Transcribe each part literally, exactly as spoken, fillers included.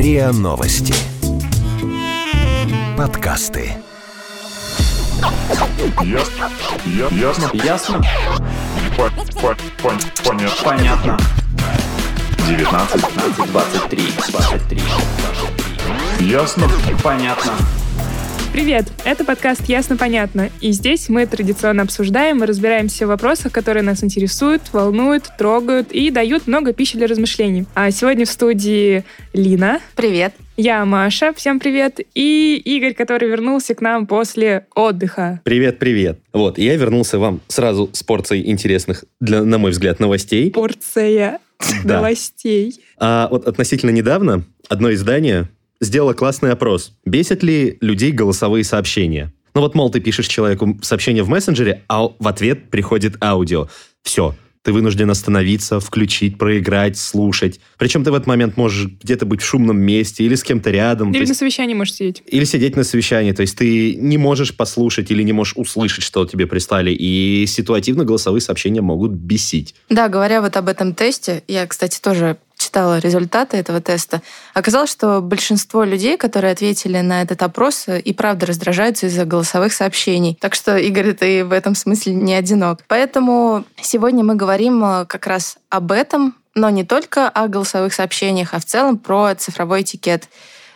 РИА Новости. Подкасты. Ясно. Ясно. Ясно. Понятно. Понятно. девятнадцать. двадцать три. двадцать три. Ясно. Понятно. Привет! Это подкаст «Ясно-понятно», и здесь мы традиционно обсуждаем и разбираемся в вопросах, которые нас интересуют, волнуют, трогают и дают много пищи для размышлений. А сегодня в студии Лина. Привет. Я Маша, всем привет. И Игорь, который вернулся к нам после отдыха. Привет-привет. Вот, я вернулся вам сразу с порцией интересных, для, на мой взгляд, новостей. Порция Да. новостей. А вот относительно недавно одно издание сделало классный опрос. Бесят ли людей голосовые сообщения? Ну вот, мол, ты пишешь человеку сообщение в мессенджере, а в ответ приходит аудио. Все. Ты вынужден остановиться, включить, проиграть, слушать. Причем ты в этот момент можешь где-то быть в шумном месте или с кем-то рядом. Или То на есть- совещании можешь сидеть. Или сидеть на совещании. То есть ты не можешь послушать или не можешь услышать, что тебе прислали. И ситуативно голосовые сообщения могут бесить. Да, говоря вот об этом тесте, я, кстати, тоже читала результаты этого теста. Оказалось, что большинство людей, которые ответили на этот опрос, и правда раздражаются из-за голосовых сообщений. Так что, Игорь, ты в этом смысле не одинок. Поэтому сегодня мы говорим как раз об этом, но не только о голосовых сообщениях, а в целом про цифровой этикет.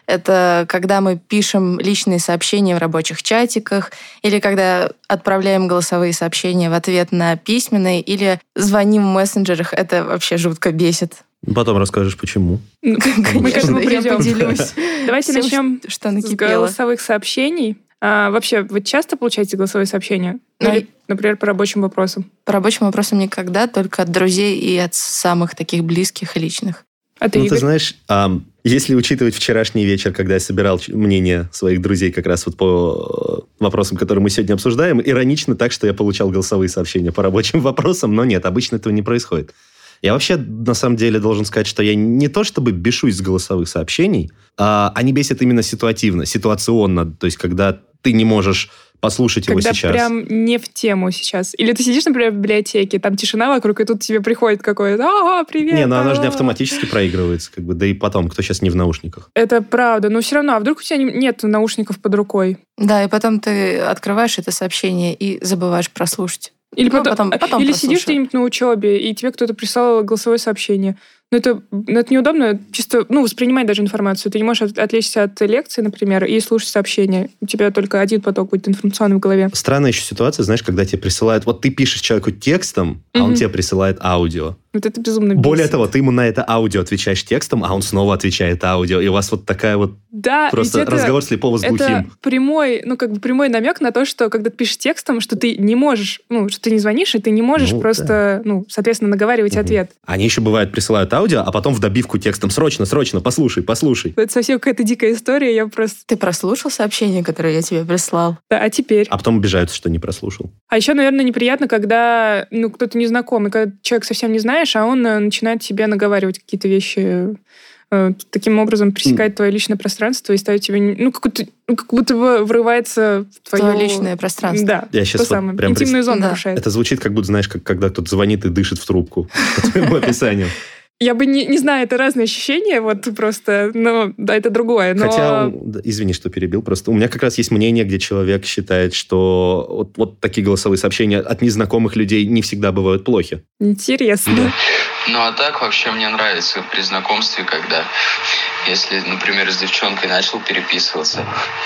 Это когда мы пишем личные сообщения в рабочих чатиках, или когда отправляем голосовые сообщения в ответ на письменные, или звоним в мессенджерах. Это вообще жутко бесит. Потом расскажешь, почему. Мы к этому я придем. поделюсь. Давайте всем, начнем что с накипело. голосовых сообщений. А, вообще, вы часто получаете голосовые сообщения? Да. Или, например, по рабочим вопросам? По рабочим вопросам никогда, только от друзей и от самых таких близких и личных. А ты, Ну, Игорь? ты знаешь, ам, если учитывать вчерашний вечер, когда я собирал ч- мнение своих друзей как раз вот по э, вопросам, которые мы сегодня обсуждаем, иронично так, что я получал голосовые сообщения по рабочим вопросам, но нет, обычно этого не происходит. Я вообще, на самом деле, должен сказать, что я не то чтобы бешусь с голосовых сообщений, а они бесят именно ситуативно, ситуационно, то есть когда ты не можешь послушать его Когда сейчас. прям не в тему сейчас. Или ты сидишь, например, в библиотеке, там тишина вокруг, и тут тебе приходит какой-то «Ага, привет!» Не, ну оно же не а-а-а». автоматически проигрывается, как бы, да и потом, кто сейчас не в наушниках. Это правда, но все равно, а вдруг у тебя не- нет наушников под рукой? Да, и потом ты открываешь это сообщение и забываешь прослушать. Или, Ну, потом, потом- потом или послушаю. сидишь где-нибудь на учебе, и тебе кто-то прислал голосовое сообщение. Ну, это, ну, это неудобно чисто, ну, воспринимать даже информацию. Ты не можешь от- отвлечься от лекции, например, и слушать сообщение. У тебя только один поток будет информационный в голове. Странная еще ситуация, знаешь, когда тебе присылают... Вот ты пишешь человеку текстом, а он Мгм. тебе присылает аудио. Вот это безумно бесит. Более того, ты ему на это аудио отвечаешь текстом, а он снова отвечает аудио. И у вас вот такая вот Да, просто ведь это, разговор слепого с это глухим. прямой, ну, как бы прямой намек на то, что когда ты пишешь текстом, что ты не можешь, ну, что ты не звонишь, и ты не можешь Ну, просто, ну, соответственно, наговаривать Мгм. ответ. Они еще, бывает, присылают аудио, а потом в добивку текстом «Срочно, срочно, послушай, послушай». Это совсем какая-то дикая история, я просто... Ты прослушал сообщение, которое я тебе прислал? Да, а теперь? А потом обижаются, что не прослушал. А еще, наверное, неприятно, когда ну, кто-то незнакомый, когда человек совсем не знаешь, а он э, начинает тебе наговаривать какие-то вещи, э, таким образом пресекает твое личное пространство и ставит тебе, не- ну, какую-то, ну, как будто бы врывается в твое... Твое личное пространство. Да, Я то щас вот самое. прям Интимную прис- зону Да. нарушает. Это звучит, как будто, знаешь, как когда кто-то звонит и дышит в трубку. По твоему описанию. Я бы не, не знаю, это разные ощущения, вот просто, но да, это другое. Но... Хотя, да, извини, что перебил, просто у меня как раз есть мнение, где человек считает, что вот, вот такие голосовые сообщения от незнакомых людей не всегда бывают плохи. Интересно. Ну а так вообще мне нравится при знакомстве, когда, если, например, с девчонкой начал переписываться,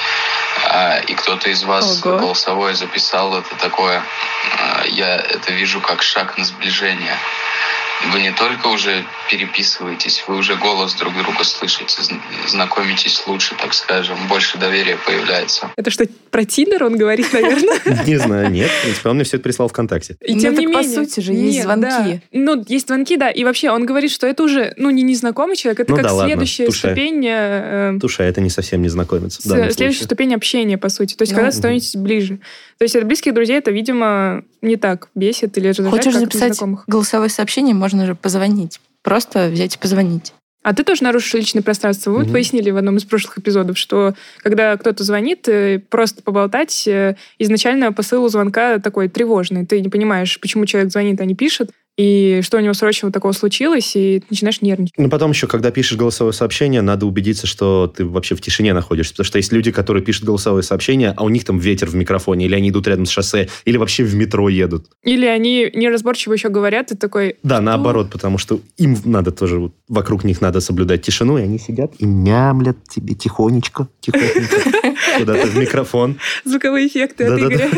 а, и кто-то из вас Ого. голосовое записал, это такое, а, я это вижу как шаг на сближение. Вы не только уже переписываетесь, вы уже голос друг друга слышите, зн- знакомитесь лучше, так скажем, больше доверия появляется. Это что, про Тиндер он говорит, наверное? Не знаю, нет. В принципе, он мне все это прислал ВКонтакте. И Ну, тем так не по менее. сути же есть звонки. да. Ну, есть звонки, да. И вообще он говорит, что это уже, ну, не незнакомый человек, это Ну как да, ладно, следующая туше. ступень, э, Туша, это не совсем незнакомец. в с- данном следующая случае. ступень общения, по сути. То есть, Ну, когда мгм. становитесь ближе. То есть, от близких друзей это, видимо, не так бесит или раздражает, Хочешь как от записать незнакомых. голосовое сообщение, можно же позвонить. Просто взять и позвонить. А ты тоже нарушишь личное пространство. Вы вот Мгм. пояснили в одном из прошлых эпизодов, что когда кто-то звонит, э, просто поболтать, э, изначально посыл у звонка такой тревожный. Ты не понимаешь, почему человек звонит, а не пишет. и что у него срочно такого случилось, и ты начинаешь нервничать. Ну, потом еще, когда пишешь голосовое сообщение, надо убедиться, что ты вообще в тишине находишься. Потому что есть люди, которые пишут голосовое сообщение, а у них там ветер в микрофоне, или они идут рядом с шоссе, или вообще в метро едут. Или они неразборчиво еще говорят, и такой... Да, что? наоборот, потому что им надо тоже, вокруг них надо соблюдать тишину, и они сидят и мямлят тебе тихонечко, тихонечко, куда-то в микрофон. Звуковые эффекты от Игоря.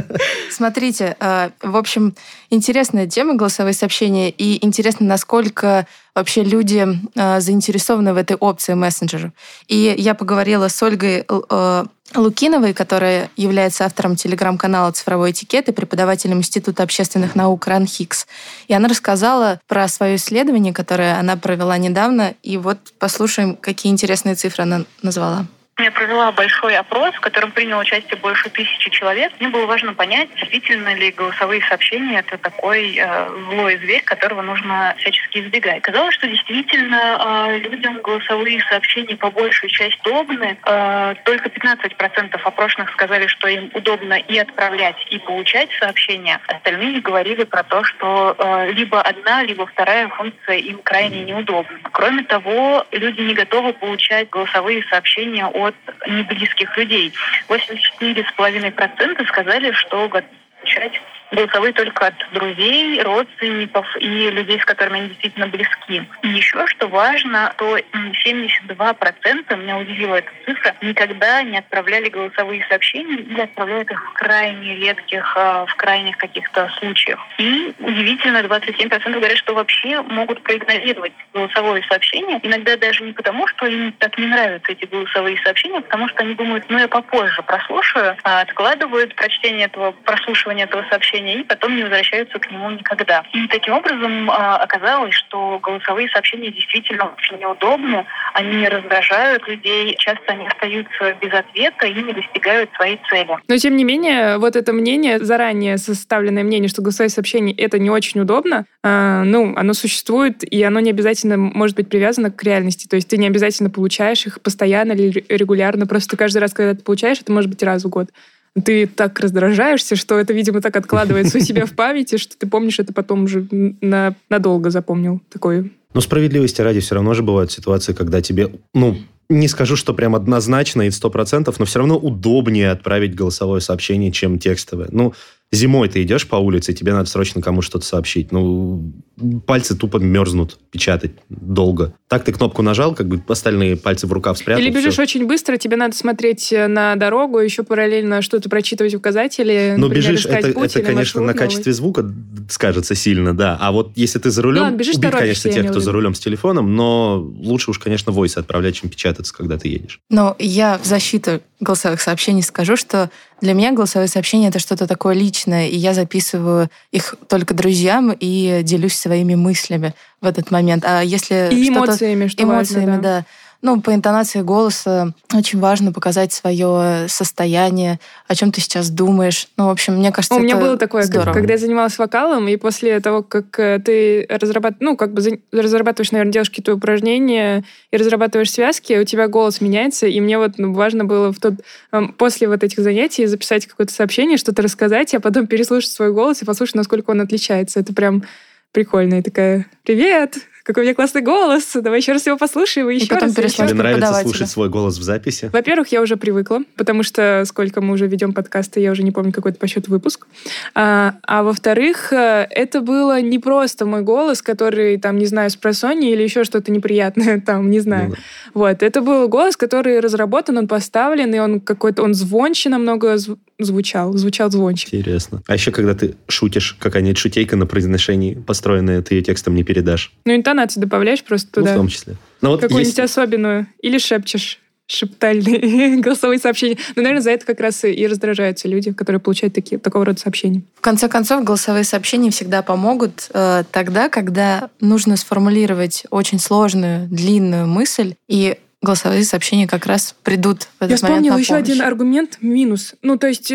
Смотрите, в общем, интересная тема голосовые сообщения, и интересно, насколько вообще люди заинтересованы в этой опции мессенджеров. И я поговорила с Ольгой Лукиновой, которая является автором телеграм-канала «Цифровой этикет» и преподавателем Института общественных наук РАНХИКС. И она рассказала про свое исследование, которое она провела недавно. И вот послушаем, какие интересные цифры она назвала. Я провела большой опрос, в котором приняло участие больше тысячи человек. Мне было важно понять, действительно ли голосовые сообщения — это такой э, злой зверь, которого нужно всячески избегать. Казалось, что действительно э, людям голосовые сообщения по большей части удобны. Э, только пятнадцать процентов опрошенных сказали, что им удобно и отправлять, и получать сообщения. Остальные говорили про то, что э, либо одна, либо вторая функция им крайне неудобна. Кроме того, люди не готовы получать голосовые сообщения от от неблизких людей. восемьдесят четыре целых пять десятых процента сказали, что готовы получать голосовые только от друзей, родственников и людей, с которыми они действительно близки. И еще, что важно, то семьдесят два процента, меня удивила эта цифра, никогда не отправляли голосовые сообщения или отправляют их в крайне редких, в крайних каких-то случаях. И удивительно, двадцать семь процентов говорят, что вообще могут проигнорировать голосовое сообщение. Иногда даже не потому, что им так не нравятся эти голосовые сообщения, а потому что они думают, ну я попозже прослушаю, а откладывают прочтение этого, прослушивание этого сообщения, и потом не возвращаются к нему никогда. И таким образом оказалось, что голосовые сообщения действительно очень неудобны, они не раздражают людей, часто они остаются без ответа и не достигают своей цели. Но тем не менее, вот это мнение, заранее составленное мнение, что голосовые сообщения — это не очень удобно, э, ну, оно существует, и оно не обязательно может быть привязано к реальности. То есть ты не обязательно получаешь их постоянно или регулярно, просто каждый раз, когда ты получаешь, это может быть раз в год. Ты так раздражаешься, что это, видимо, так откладывается у себя в памяти, что ты помнишь это потом уже на, надолго запомнил такое. Но справедливости ради все равно же бывают ситуации, когда тебе, ну, не скажу, что прям однозначно и сто процентов, но все равно удобнее отправить голосовое сообщение, чем текстовое. Ну, зимой ты идешь по улице, и тебе надо срочно кому что-то сообщить. Ну, пальцы тупо мерзнут печатать долго. Так ты кнопку нажал, как бы остальные пальцы в рукав спрятал. Или бежишь все. Очень быстро, тебе надо смотреть на дорогу, еще параллельно что-то прочитывать указатели. Но например, бежишь, это, это конечно, на качестве звука скажется сильно, да. А вот если ты за рулем, Ладно, бежишь, убить, конечно, тех, кто люблю. за рулем с телефоном, но лучше уж, конечно, войс отправлять, чем печататься, когда ты едешь. Но я в защиту голосовых сообщений скажу, что для меня голосовые сообщения — это что-то такое личное, и я записываю их только друзьям и делюсь своими мыслями в этот момент. А если и что-то... эмоциями, что эмоциями, важно, да. да. Ну, по интонации голоса очень важно показать свое состояние, о чем ты сейчас думаешь. Ну, в общем, мне кажется, У меня это было такое, здорово. когда я занималась вокалом, и после того, как ты разрабатываешь, ну, как бы разрабатываешь, наверное, делаешь какие-то упражнения и разрабатываешь связки, у тебя голос меняется, и мне вот ну, важно было в тот, после вот этих занятий записать какое-то сообщение, что-то рассказать, а потом переслушать свой голос и послушать, насколько он отличается. Это прям прикольно. И такая: «Привет! Какой у меня классный голос! Давай еще раз его послушаем, и еще и потом раз. переслушать Тебе нравится преподавателя. слушать свой голос в записи? Во-первых, я уже привыкла, потому что сколько мы уже ведем подкасты, я уже не помню, какой это по счету выпуск. А, а во-вторых, это было не просто мой голос, который, там, не знаю, с просонья или еще что-то неприятное, там, не знаю. Ну, да. Вот. Это был голос, который разработан, он поставлен, и он какой-то, он звонче намного зв- звучал, звучал звонче. Интересно. А еще, когда ты шутишь, какая-нибудь шутейка на произношении построенная, ты ее текстом не передашь. Ну, интонацию добавляешь просто Ну, туда. в том числе. Но вот Какую-нибудь есть... особенную. Или шепчешь шептальные голосовые сообщения. Ну, наверное, за это как раз и раздражаются люди, которые получают такие, такого рода сообщения. В конце концов, голосовые сообщения всегда помогут э, тогда, когда нужно сформулировать очень сложную, длинную мысль, и голосовые сообщения как раз придут в этот Я момент вспомнила на еще помощь. один аргумент минус. Ну, то есть, э,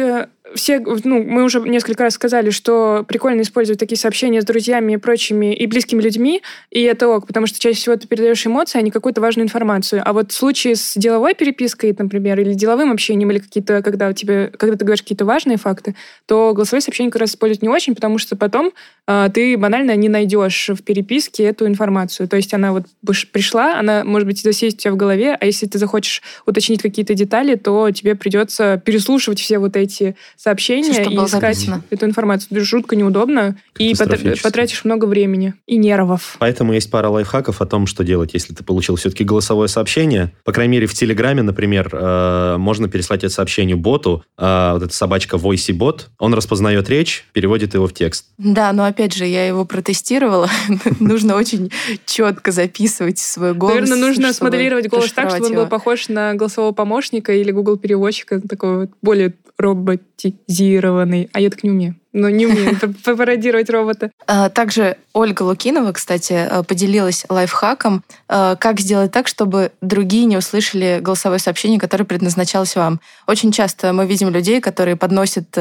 все, ну, мы уже несколько раз сказали, что прикольно использовать такие сообщения с друзьями и прочими, и близкими людьми, и это ок, потому что чаще всего ты передаешь эмоции, а не какую-то важную информацию. А вот в случае с деловой перепиской, например, или деловым общением, или какие-то, когда, у тебя, когда ты говоришь какие-то важные факты, то голосовые сообщения как раз использовать не очень, потому что потом э, ты банально не найдешь в переписке эту информацию. То есть она вот пришла, она, может быть, засесть у тебя в голове, а если ты захочешь уточнить какие-то детали, то тебе придется переслушивать все вот эти сообщения все, и искать записано. Эту информацию. Это жутко неудобно, и потратишь много времени и нервов. Поэтому есть пара лайфхаков о том, что делать, если ты получил все-таки голосовое сообщение. По крайней мере, в Телеграме, например, э, можно переслать это сообщение боту. Э, вот эта собачка VoiceBot. Он распознает речь, переводит его в текст. Да, но опять же, я его протестировала. Нужно очень четко записывать свой голос. Наверное, нужно смоделировать голос так, чтобы он был похож на голосового помощника или Google переводчика, такой более роботизированный. А я так не умею. Но не умею пародировать робота. Также Ольга Лукинова, кстати, поделилась лайфхаком, как сделать так, чтобы другие не услышали голосовое сообщение, которое предназначалось вам. Очень часто мы видим людей, которые подносят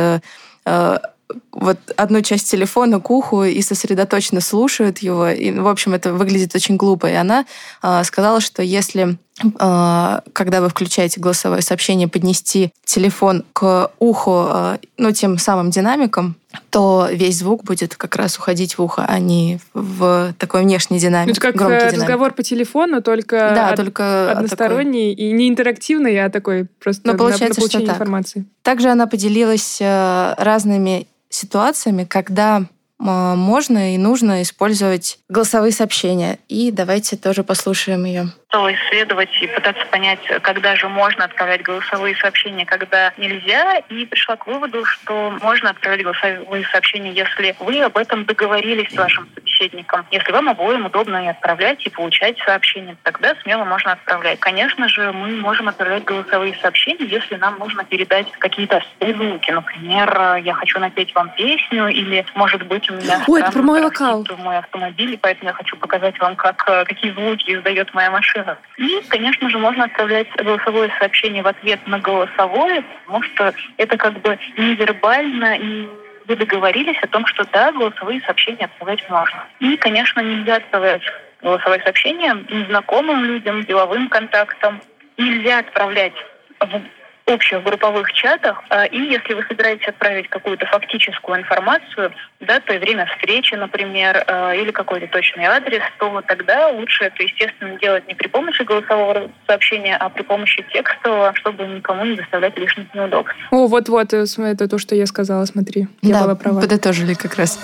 вот одну часть телефона к уху и сосредоточенно слушают его. И, в общем, это выглядит очень глупо. И она э, сказала, что если, э, когда вы включаете голосовое сообщение, поднести телефон к уху, э, ну, тем самым динамиком, то весь звук будет как раз уходить в ухо, а не в такой внешний динамик. Это как разговор динамик. По телефону, только, да, од- только односторонний такой... и не интерактивный, а такой просто ну, на, получается, на получение что так. информации. Также она поделилась э, разными ситуациями, когда можно и нужно использовать голосовые сообщения. И давайте тоже послушаем ее. Стала исследовать и пытаться понять, когда же можно отправлять голосовые сообщения, когда нельзя, и пришла к выводу, что можно отправлять голосовые сообщения, если вы об этом договорились с вашим собеседником. Если вам обоим удобно и отправлять, и получать сообщения, тогда смело можно отправлять. Конечно же, мы можем отправлять голосовые сообщения, если нам нужно передать какие-то звуки. Например, я хочу напеть вам песню, или, может быть, у меня Ой, это про мой вокал. мой автомобиль, и поэтому я хочу показать вам, как, какие звуки издает моя машина. И, конечно же, можно отправлять голосовое сообщение в ответ на голосовое, потому что это как бы невербально, и вы договорились о том, что да, голосовые сообщения отправлять можно. И, конечно, нельзя отправлять голосовые сообщения незнакомым людям, деловым контактам. Нельзя отправлять в общих групповых чатах, и если вы собираетесь отправить какую-то фактическую информацию, дату и время встречи, например, или какой-то точный адрес, то тогда лучше это, естественно, делать не при помощи голосового сообщения, а при помощи текстового, чтобы никому не доставлять лишних неудобств. О, вот-вот, это то, что я сказала, смотри. Я да, была права. подытожили как раз.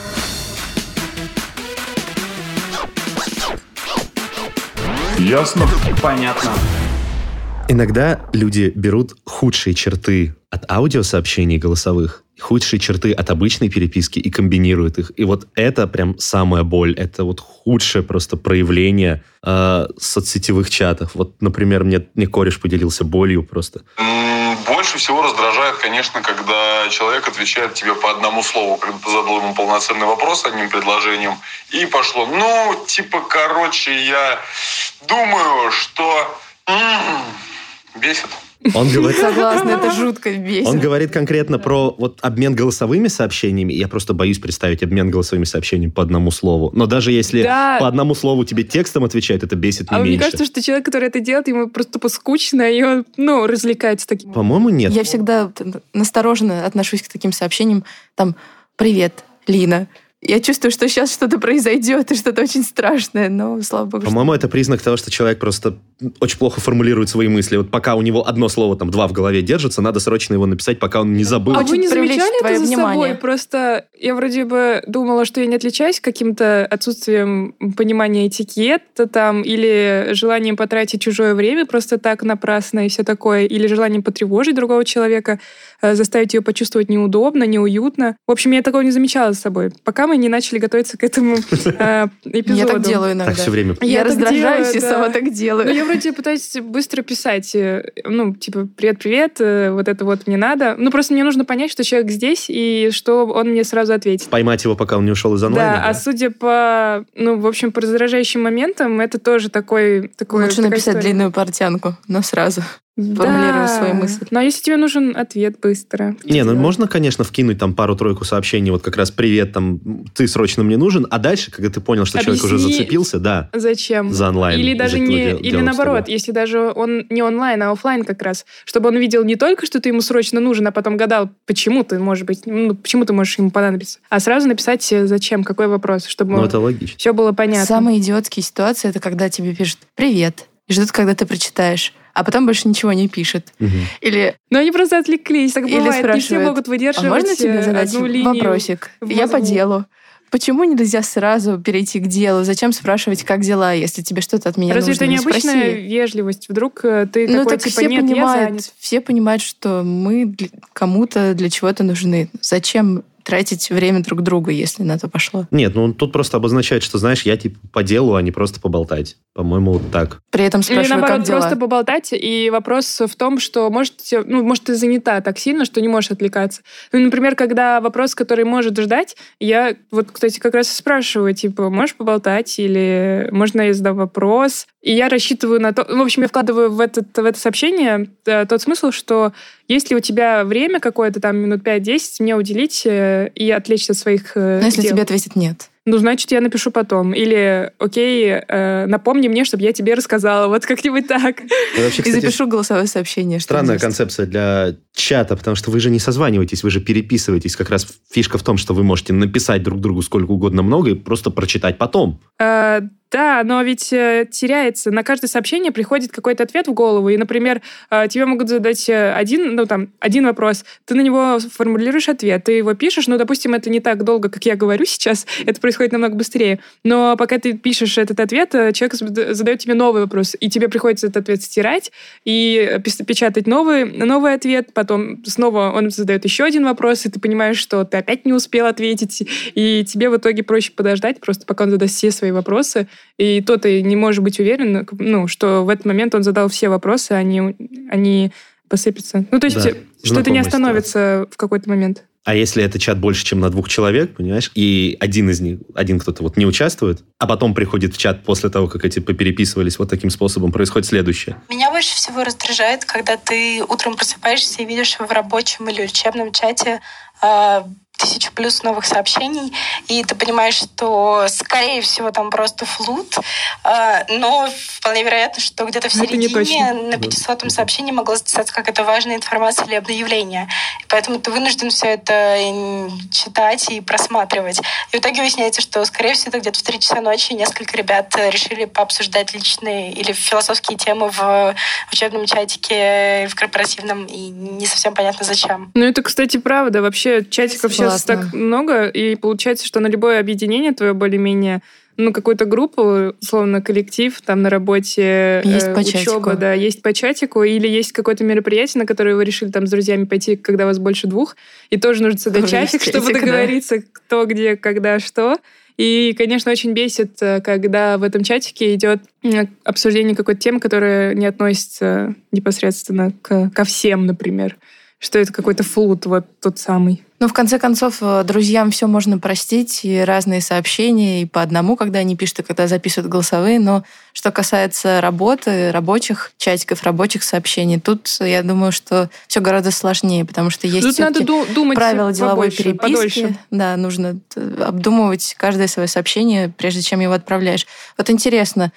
Ясно? Понятно. Иногда люди берут худшие черты от аудиосообщений голосовых, худшие черты от обычной переписки и комбинируют их. И вот это прям самая боль. Это вот худшее просто проявление э, соцсетевых чатов. Вот, например, мне, мне кореш поделился болью просто. Больше всего раздражает, конечно, когда человек отвечает тебе по одному слову, когда ты задал ему полноценный вопрос одним предложением, и пошло, ну, типа, короче, я думаю, что... Бесит. Он говорит, Согласна, это жутко бесит. Он говорит конкретно про вот обмен голосовыми сообщениями. Я просто боюсь представить обмен голосовыми сообщениями по одному слову. Но даже если да. по одному слову тебе текстом отвечает, это бесит не а меньше. Мне кажется, что человек, который это делает, ему просто тупо скучно, и он, ну, развлекается таким. По-моему, нет. Я всегда настороженно отношусь к таким сообщениям. Там, привет, Лина. Я чувствую, что сейчас что-то произойдет, и что-то очень страшное, но, слава богу. По-моему, это признак того, что человек просто очень плохо формулирует свои мысли. Вот пока у него одно слово, там, два в голове держится, надо срочно его написать, пока он не забыл. А вы не замечали это за внимание. собой? Просто я вроде бы думала, что я не отличаюсь каким-то отсутствием понимания этикета там, или желанием потратить чужое время просто так напрасно и все такое, или желанием потревожить другого человека, заставить ее почувствовать неудобно, неуютно. В общем, я такого не замечала за собой. Пока мы не начали готовиться к этому э, эпизоду. Я так делаю иногда. Так все время. Я, я раздражаюсь делаю, и да. сама так делаю. Ну, я вроде пытаюсь быстро писать, ну, типа, привет-привет, вот это вот мне надо. Ну, просто мне нужно понять, что человек здесь, и что он мне сразу ответит. Поймать его, пока он не ушел из онлайна. Да, да? А судя по, ну, в общем, по раздражающим моментам, это тоже такой... такой Лучше написать история. длинную портянку, но сразу. формулирую свою мысль. Но если тебе нужен ответ быстро. Не, ну можно, конечно, вкинуть там пару-тройку сообщений, вот как раз «Привет, там, ты срочно мне нужен», а дальше, когда ты понял, что человек уже зацепился, да. Зачем? За онлайн. Или даже не, или наоборот, если даже он не онлайн, а офлайн как раз, чтобы он видел не только, что ты ему срочно нужен, а потом гадал, почему ты, может быть, ну, почему ты можешь ему понадобиться, а сразу написать «Зачем?», какой вопрос, чтобы ну, это логично. Все было понятно. Самые идиотские ситуации — это когда тебе пишут «Привет», и ждут, когда ты прочитаешь, а потом больше ничего не пишет. Угу. Или... Но они просто отвлеклись, так Или бывает, не все спрашивают, могут выдерживать а можно тебе задать одну линию вопросик? в Я по мозгу. делу. Почему нельзя сразу перейти к делу? Зачем спрашивать, как дела, если тебе что-то от меня Разве нужно? это не Ну, обычная спроси. вежливость? Вдруг ты Ну, такой, так типа, все нет, я понимают, занят. все понимают, что мы для- кому-то для чего-то нужны. Зачем тратить время друг друга, если на то пошло? Нет, ну тут просто обозначает, что, знаешь, я типа по делу, а не просто поболтать. По-моему, вот так. При этом Или спрашиваю, наоборот, как дела? просто поболтать. И вопрос в том, что может, ну, может, ты занята так сильно, что не можешь отвлекаться. Ну, например, когда вопрос, который может ждать, я вот, кстати, как раз и спрашиваю, типа, можешь поболтать? Или можно я задам вопрос? И я рассчитываю на то... В общем, я вкладываю в, этот, в это сообщение тот смысл, что если у тебя время какое-то, там, минут пять-десять, мне уделить и отвлечься от своих Но если дел. тебе ответят «нет». Ну, значит, я напишу потом. Или, окей, э, напомни мне, чтобы я тебе рассказала. Вот как-нибудь так. Это вообще, И кстати, запишу голосовое сообщение. что странная есть. концепция для чата, потому что вы же не созваниваетесь, вы же переписываетесь. Как раз фишка в том, что вы можете написать друг другу сколько угодно много и просто прочитать потом. Э, да, но ведь э, теряется. На каждое сообщение приходит какой-то ответ в голову. И, например, э, тебе могут задать один, ну, там, один вопрос. Ты на него формулируешь ответ. Ты его пишешь. Ну, допустим, это не так долго, как я говорю сейчас. Это происходит намного быстрее. Но пока ты пишешь этот ответ, человек задает тебе новый вопрос. И тебе приходится этот ответ стирать и печатать новый, новый ответ. Потом снова он задает еще один вопрос, и ты понимаешь, что ты опять не успел ответить. И тебе в итоге проще подождать, просто пока он задаст все свои вопросы. И то ты не можешь быть уверен, ну, что в этот момент он задал все вопросы, а они, они посыпятся. Ну, то есть, Да, что это не знакомая остановится в какой-то момент. А если это чат больше, чем на двух человек, понимаешь, и один из них, один кто-то вот не участвует, а потом приходит в чат после того, как эти попереписывались, вот таким способом происходит следующее. Меня больше всего раздражает, когда ты утром просыпаешься и видишь в рабочем или учебном чате э, тысячу плюс новых сообщений, и ты понимаешь, что, скорее всего, там просто флут, э, но вполне вероятно, что где-то в середине на пятисотом сообщении могло записаться какая-то важная информация или объявление. И поэтому ты вынужден все это читать и просматривать. И в итоге выясняется, что, скорее всего, это где-то в три часа ночи несколько ребят решили пообсуждать личные или философские темы в учебном чатике, в корпоративном, и не совсем понятно, зачем. Ну, это, кстати, правда. Вообще, чатиков сейчас так много, и получается, что на любое объединение твое более-менее, ну, какую-то группу, условно, коллектив, там на работе, есть э, по учеба, чатику. да, есть по чатику, или есть какое-то мероприятие, на которое вы решили там с друзьями пойти, когда вас больше двух, и тоже нужно создать Тоже чатик, есть чтобы чатик, да. договориться, кто, где, когда, что. И, конечно, очень бесит, когда в этом чатике идет обсуждение какой-то темы, которая не относится непосредственно к, ко всем, например. Что это какой-то флут, вот тот самый. Ну, в конце концов, друзьям все можно простить, и разные сообщения, и по одному, когда они пишут, и когда записывают голосовые. Но что касается работы, рабочих чатиков, рабочих сообщений, тут, я думаю, что все гораздо сложнее, потому что есть Тут надо ду- думать правила деловой побольше, переписки. подольше. Да, нужно обдумывать каждое свое сообщение, прежде чем его отправляешь. Вот интересно,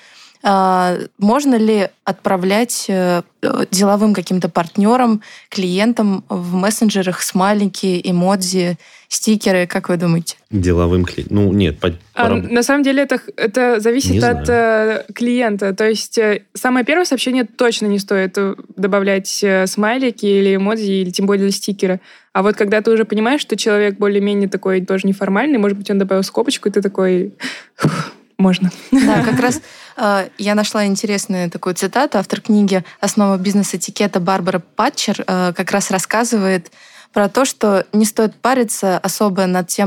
можно ли отправлять деловым каким-то партнерам, клиентам в мессенджерах смайлики, эмодзи, стикеры? Как вы думаете? Деловым клиентам? Ну, нет. По, а, по... На самом деле это, это зависит Не от знаю. клиента. То есть самое первое сообщение точно не стоит добавлять смайлики или эмодзи, или тем более стикеры. А вот когда ты уже понимаешь, что человек более-менее такой тоже неформальный, может быть, он добавил скобочку, и ты такой... Можно. Да, как раз э, я нашла интересную такую цитату. Автор книги «Основа бизнес-этикета» Барбара Патчер э, как раз рассказывает про то, что не стоит париться особо над тем,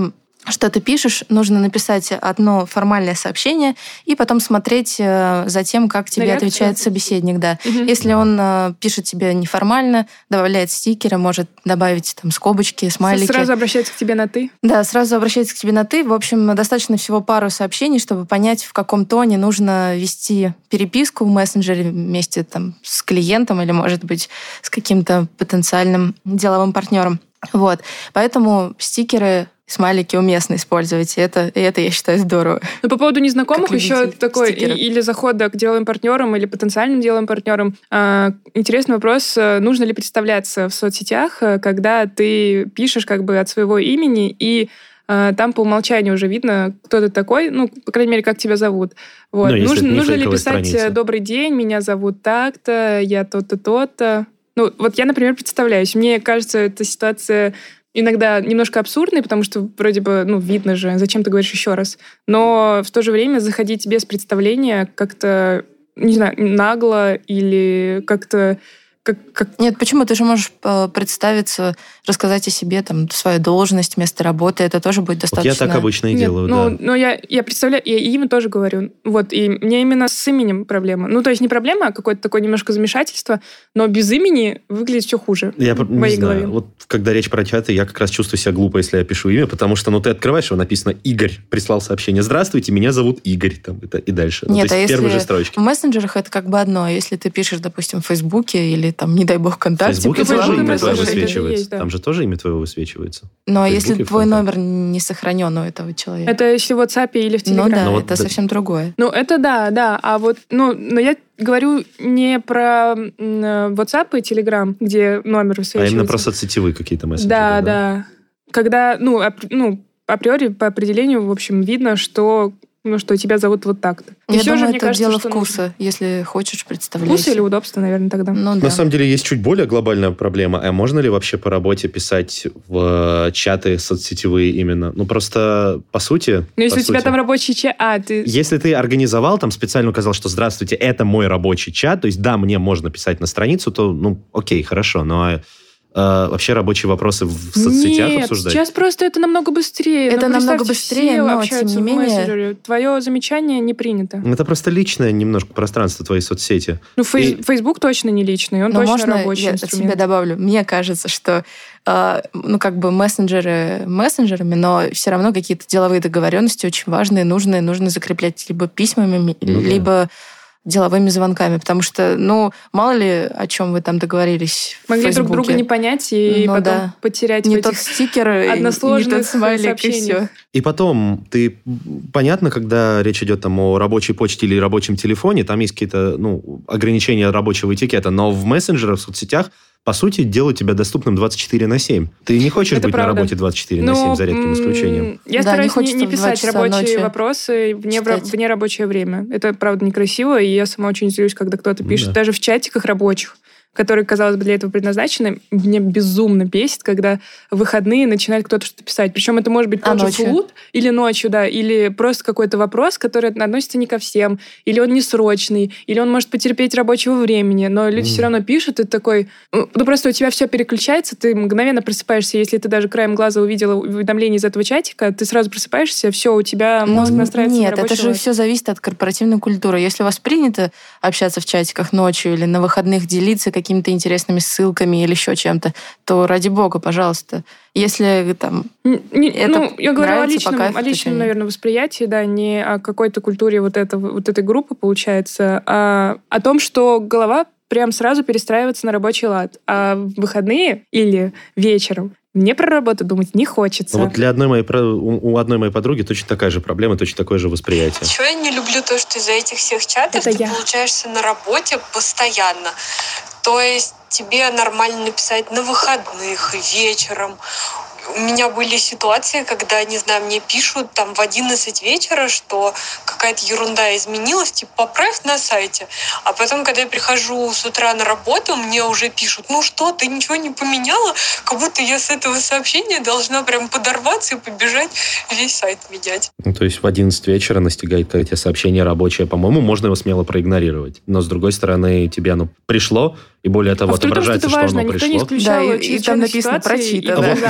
что ты пишешь, нужно написать одно формальное сообщение и потом смотреть за тем, как тебе Реакция. отвечает собеседник. Да. Угу. Если он пишет тебе неформально, добавляет стикеры, может добавить там скобочки, смайлики. Сразу обращается к тебе на «ты». Да, сразу обращается к тебе на «ты». В общем, достаточно всего пару сообщений, чтобы понять, в каком тоне нужно вести переписку в мессенджере вместе там, с клиентом или, может быть, с каким-то потенциальным деловым партнером. Вот. Поэтому стикеры, смайлики уместно использовать. И это, и это, я считаю, здорово. Но по поводу незнакомых Как еще такой, и, или захода к деловым партнерам, или потенциальным деловым партнерам. А, интересный вопрос, нужно ли представляться в соцсетях, когда ты пишешь как бы от своего имени, и а, там по умолчанию уже видно, кто ты такой, ну, по крайней мере, как тебя зовут. Вот. Ну, нужно нужно ли писать страница. «Добрый день, меня зовут так-то, я то-то, то-то». Ну, вот я, например, представляюсь. Мне кажется, эта ситуация иногда немножко абсурдный, потому что вроде бы, ну, видно же, зачем ты говоришь еще раз. Но в то же время заходить без представления как-то, не знаю, нагло или как-то... Как, как... Нет, почему? Ты же можешь представиться, рассказать о себе, там, свою должность, место работы. Это тоже будет достаточно... Вот я так обычно и Нет, делаю, ну, да. Но я, я представляю, я им тоже говорю. Вот, и мне именно с именем проблема. Ну, то есть не проблема, а какое-то такое немножко замешательство, но без имени выглядит все хуже Я в не моей знаю. голове. Вот когда речь про чаты, я как раз чувствую себя глупо, если я пишу имя, потому что, ну, ты открываешь, его написано «Игорь», прислал сообщение «Здравствуйте, меня зовут Игорь», там, и дальше. Нет, ну, то а есть если первые же строчки. в мессенджерах это как бы одно. Если ты пишешь, допустим, в Фейсбуке или, там, не дай бог, ВКонтакте... В Фейсбуке Фейсбуке тоже тоже имя твое мессенджер, это высвечивается. есть, да. Там же тоже имя твое высвечивается. Но В если Фейсбуке, твой ВКонтакте. номер не сохранен у этого человека... Это если в WhatsApp или в Ну Telegram. да, Ну вот это да. совсем другое. Ну, это да, да. А вот, ну, но я говорю не про м, WhatsApp и Telegram, где номер А высвечивается. именно про соцсетевые какие-то мессенджеры. Да, да. Когда, ну, ап- ну, априори, по определению, в общем, видно, что, ну, что тебя зовут вот так-то. И Я всё же, думаю, мне это кажется, дело что вкуса. нужно. Если хочешь, представлять. Вкус или удобство, наверное, тогда. Ну да. На самом деле есть чуть более глобальная проблема. А можно ли вообще по работе писать в чаты соцсетевые именно? Ну, просто по сути... Ну, если по у тебя сути, там рабочий чат... А, ты... Если ты организовал, там специально указал, что «Здравствуйте, это мой рабочий чат», то есть да, мне можно писать на страницу, то, ну, окей, хорошо, но а, вообще рабочие вопросы в соцсетях Нет, обсуждать? сейчас просто это намного быстрее. Это Ну, намного представьте, быстрее, все но, общаются тем не в менее- мессенджере. Твое замечание не принято. Это просто личное немножко пространство твоей соцсети. Ну, фейс- И- Facebook точно не личный, он Но точно можно рабочий я от инструмент. себя добавлю? Мне кажется, что э, ну, как бы мессенджеры мессенджерами, но все равно какие-то деловые договоренности очень важные, нужные, нужно закреплять либо письмами, Ну да. либо деловыми звонками, потому что, ну, мало ли, о чем вы там договорились в Могли друг Фейсбуке. друга не понять и Ну потом да. потерять Не в тот этих... стикер, и не односложных тот смайлик, и сообщениях. все. И потом, ты понятно, когда речь идет там о рабочей почте или рабочем телефоне, там есть какие-то ну, ограничения рабочего этикета, но в мессенджерах, в соцсетях, по сути, делают тебя доступным двадцать четыре на семь. Ты не хочешь Это быть правда. на работе двадцать четыре на семь, Ну, за редким м, исключением. Я Да, стараюсь не не, хочется не в два писать часа рабочие ночи вопросы вне, в ра- читать. вне рабочее время. Это, правда, некрасиво, и я сама очень злюсь, когда кто-то пишет, Да. даже в чатиках рабочих, которые, казалось бы, для этого предназначены. Меня безумно бесит, когда в выходные начинает кто-то что-то писать. Причем это может быть А тот же ночью? флут, или ночью, да, или просто какой-то вопрос, который относится не ко всем, или он несрочный, или он может потерпеть рабочего времени, но люди Мгм. все равно пишут, и ты такой... Ну, просто у тебя все переключается, ты мгновенно просыпаешься, если ты даже краем глаза увидела уведомление из этого чатика, ты сразу просыпаешься, все, у тебя Ну, мозг настраивается нет, на это рабочий же лад. все зависит от корпоративной культуры. Если у вас принято общаться в чатиках ночью или на выходных делиться какими-то интересными ссылками или еще чем-то, то ради бога, пожалуйста. Если там... Н- не- это ну, я говорю о нравится, личном, по кайфу, о то личном, чё наверное, восприятии, да, не о какой-то культуре вот, этого, вот этой группы, получается, а о том, что голова прям сразу перестраивается на рабочий лад. А в выходные или вечером мне про работу думать не хочется. Вот для одной моей, про- у у одной моей подруги точно такая же проблема, точно такое же восприятие. Чего я не люблю то, что из-за этих всех чатов Это ты я. получаешься на работе постоянно. То есть тебе нормально написать на выходных, вечером. У меня были ситуации, когда, не знаю, мне пишут там в одиннадцать вечера, что какая-то ерунда изменилась, типа поправь на сайте. А потом, когда я прихожу с утра на работу, мне уже пишут, ну что, ты ничего не поменяла? Как будто я с этого сообщения должна прям подорваться и побежать весь сайт менять. Ну, то есть в одиннадцать вечера настигает какое-то сообщение рабочее. По-моему, можно его смело проигнорировать. Но, с другой стороны, тебе оно пришло, и более того, А вдруг там отображается, что-то что важное, оно никто не пришло. исключал Да, и- и там чрезвычайных написано ситуаций и «прочитано». Вот внезапно. если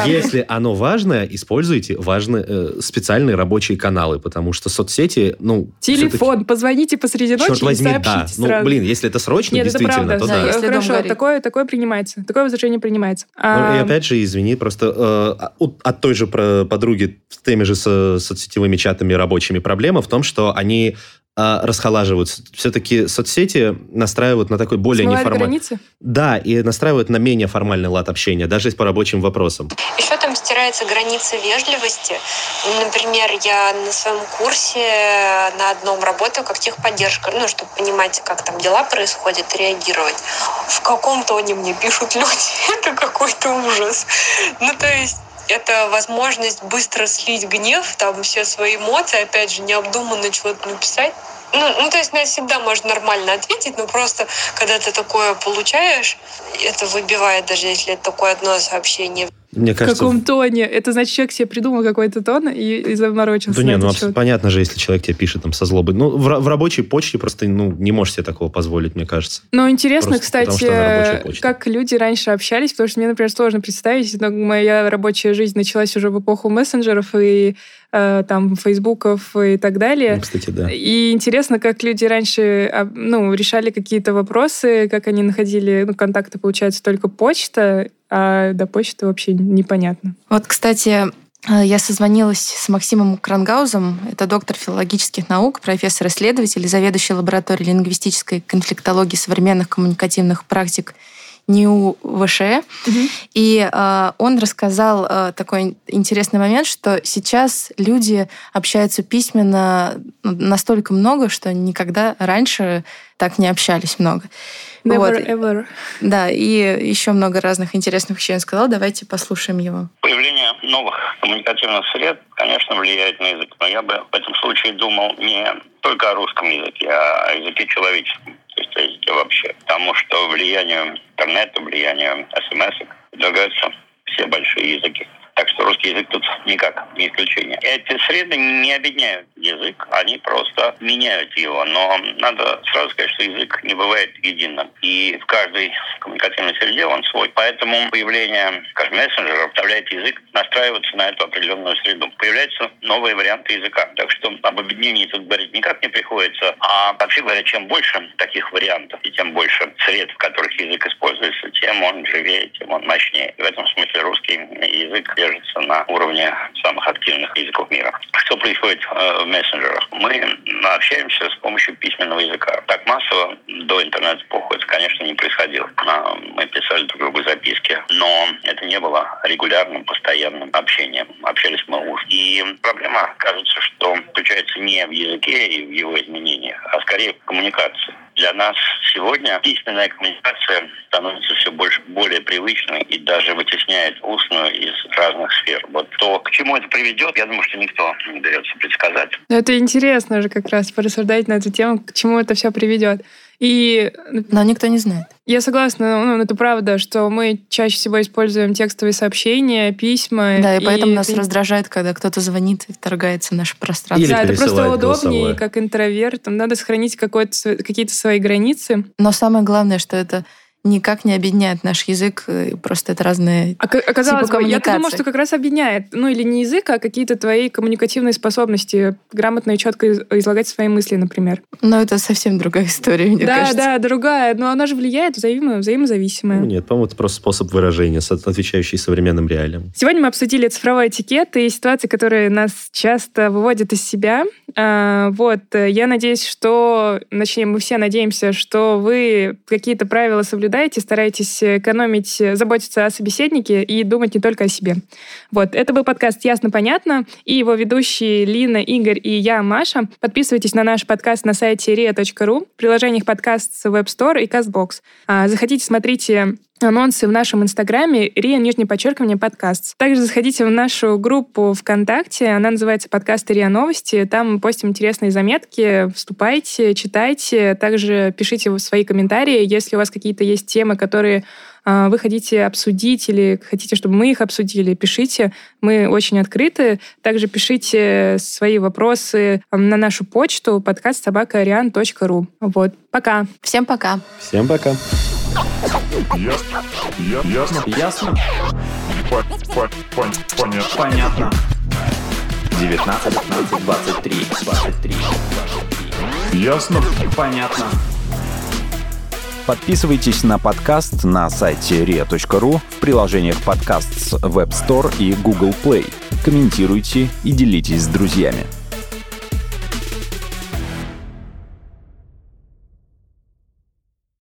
если оно важное, используйте важные э, специальные рабочие каналы, потому что соцсети, ну... Телефон, позвоните посреди ночи черт возьми, и сообщите да. сразу. Ну, блин, если это срочно, Нет, действительно, это правда, то да. да. Если Хорошо, такое, такое принимается. Такое возражение принимается. А... Ну, и опять же, извини, просто э, от, от той же подруги с теми же со, соцсетевыми чатами рабочими проблема в том, что они э, расхолаживаются. Все-таки соцсети настраивают на такой более неформальный... границы? Да, и настраивают на менее формальный лад общения, даже по рабочим вопросам. Еще там стирается граница вежливости. Например, я на своем курсе на одном работаю как техподдержка, ну, чтобы понимать, как там дела происходят, реагировать. В каком тоне мне пишут люди, это какой-то ужас. Ну, то есть это возможность быстро слить гнев, там все свои эмоции, опять же, необдуманно чего-то написать. Ну, ну, то есть на это всегда можно нормально ответить, но просто, когда ты такое получаешь, это выбивает, даже если это такое одно сообщение. Мне кажется, в каком тоне? Это значит, человек себе придумал какой-то тон и, и заморочился. Да на не, ну счет. понятно же, если человек тебе пишет там со злобой. Ну, в, в рабочей почте просто ну, не можешь себе такого позволить, мне кажется. Ну, интересно, Просто потому, что она рабочая кстати, почта. как люди раньше общались, потому что мне, например, сложно представить, но моя рабочая жизнь началась уже в эпоху мессенджеров и э, там фейсбуков и так далее. Ну, кстати, да. И интересно, как люди раньше ну, решали какие-то вопросы, как они находили, ну, контакты, получается, только почта, а до почты вообще непонятно. Вот, кстати, я созвонилась с Максимом Крангаузом. Это доктор филологических наук, профессор-исследователь, заведующий лабораторией лингвистической конфликтологии современных коммуникативных практик НИУ ВШЭ. Угу. И э, он рассказал э, такой интересный момент, что сейчас люди общаются письменно настолько много, что никогда раньше так не общались много. Never вот. ever. Да, и еще много разных интересных вещей он сказал. Давайте послушаем его. Появление новых коммуникативных сред, конечно, влияет на язык. Но я бы в этом случае думал не только о русском языке, а о языке человеческом, то есть о языке вообще. Потому что влиянию интернета, влиянию смс подвергаются все большие языки. Так что русский язык тут никак не исключение. Эти среды не объединяют язык, они просто меняют его. Но надо сразу сказать, что язык не бывает единым. И в каждой коммуникативной среде он свой. Поэтому появление, скажем, мессенджеров заставляет язык настраиваться на эту определенную среду. Появляются новые варианты языка. Так что об объединении тут говорить никак не приходится. А вообще говоря, чем больше таких вариантов и тем больше сред, в которых язык используется, тем он живее, тем он мощнее. И в этом смысле русский язык держится на уровне самых активных языков мира. Что происходит э, в мессенджерах? Мы общаемся с помощью письменного языка. Так массово до интернет-эпохи это, конечно, не происходило. Мы писали друг другу записки, но это не было регулярным, постоянным общением. Общались мы уж. И проблема, кажется, что заключается не в языке и в его изменениях, а скорее в коммуникации. Для нас сегодня письменная коммуникация становится все больше, более привычной и даже вытесняет устную из разных сфер. Вот то, к чему это приведет, я думаю, что никто не дается предсказать. Это интересно же как раз порассуждать на эту тему, к чему это все приведет. И... Но никто не знает. Я согласна, ну, это правда, что мы чаще всего используем текстовые сообщения, письма. Да, и поэтому и нас это... раздражает, когда кто-то звонит и вторгается в наше пространство. Или да, это просто удобнее, голосовое. Как интроверт. Там надо сохранить какие-то свои границы. Но самое главное, что это никак не объединяет наш язык, просто это разные а, оказалось типы бы, я коммуникации. думаю, что как раз объединяет. Ну, или не язык, а какие-то твои коммуникативные способности, грамотно и четко излагать свои мысли, например. Но это совсем другая история, мне да, кажется. Да, да, другая. Но она же влияет взаимо, взаимозависимая. Ну, нет, по-моему, это просто способ выражения, отвечающий современным реалиям. Сегодня мы обсудили цифровой этикет и ситуации, которые нас часто выводят из себя. А, вот, я надеюсь, что, точнее, мы все надеемся, что вы какие-то правила соблюдаете, стараетесь экономить, заботиться о собеседнике и думать не только о себе. Вот, это был подкаст «Ясно-понятно», и его ведущие Лина, Игорь и я, Маша. Подписывайтесь на наш подкаст на сайте риа точка ру, в приложениях подкаст с Web Store и CastBox. А, заходите, смотрите анонсы в нашем инстаграме риа, нижнее подчеркивание, подкаст. Также заходите в нашу группу ВКонтакте, она называется «Подкасты риа Новости». Там мы постим интересные заметки, вступайте, читайте, также пишите свои комментарии, если у вас какие-то есть темы, которые э, вы хотите обсудить или хотите, чтобы мы их обсудили, пишите, мы очень открыты. Также пишите свои вопросы на нашу почту подкаст собака риан точка ру. Вот, пока. Всем пока. Всем пока. Ясно. Ясно. Ясно? Понятно. девятнадцать, пятнадцать, двадцать три, двадцать три. Ясно? Понятно. Подписывайтесь на подкаст на сайте риа точка ру, в приложениях подкаст с Web Store и Google Play. Комментируйте и делитесь с друзьями.